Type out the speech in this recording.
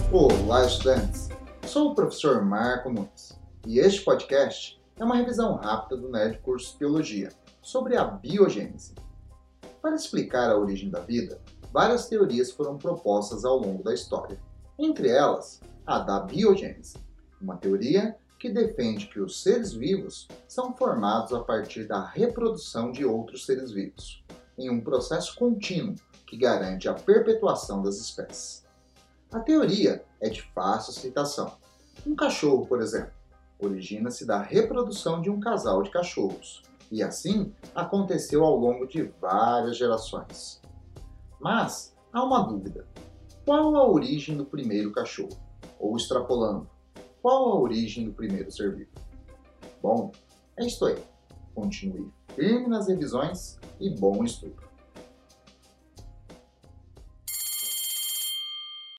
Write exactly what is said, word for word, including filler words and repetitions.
Olá, estudantes! Sou o professor Marco Nunes e este podcast é uma revisão rápida do Nerd Curso Biologia sobre a biogênese. Para explicar a origem da vida, várias teorias foram propostas ao longo da história, entre elas a da biogênese, uma teoria que defende que os seres vivos são formados a partir da reprodução de outros seres vivos, em um processo contínuo que garante a perpetuação das espécies. A teoria é de fácil aceitação. Um cachorro, por exemplo, origina-se da reprodução de um casal de cachorros, e assim aconteceu ao longo de várias gerações. Mas há uma dúvida: qual a origem do primeiro cachorro? Ou extrapolando, qual a origem do primeiro ser vivo? Bom, é isto aí. Continue firme nas revisões e bom estudo!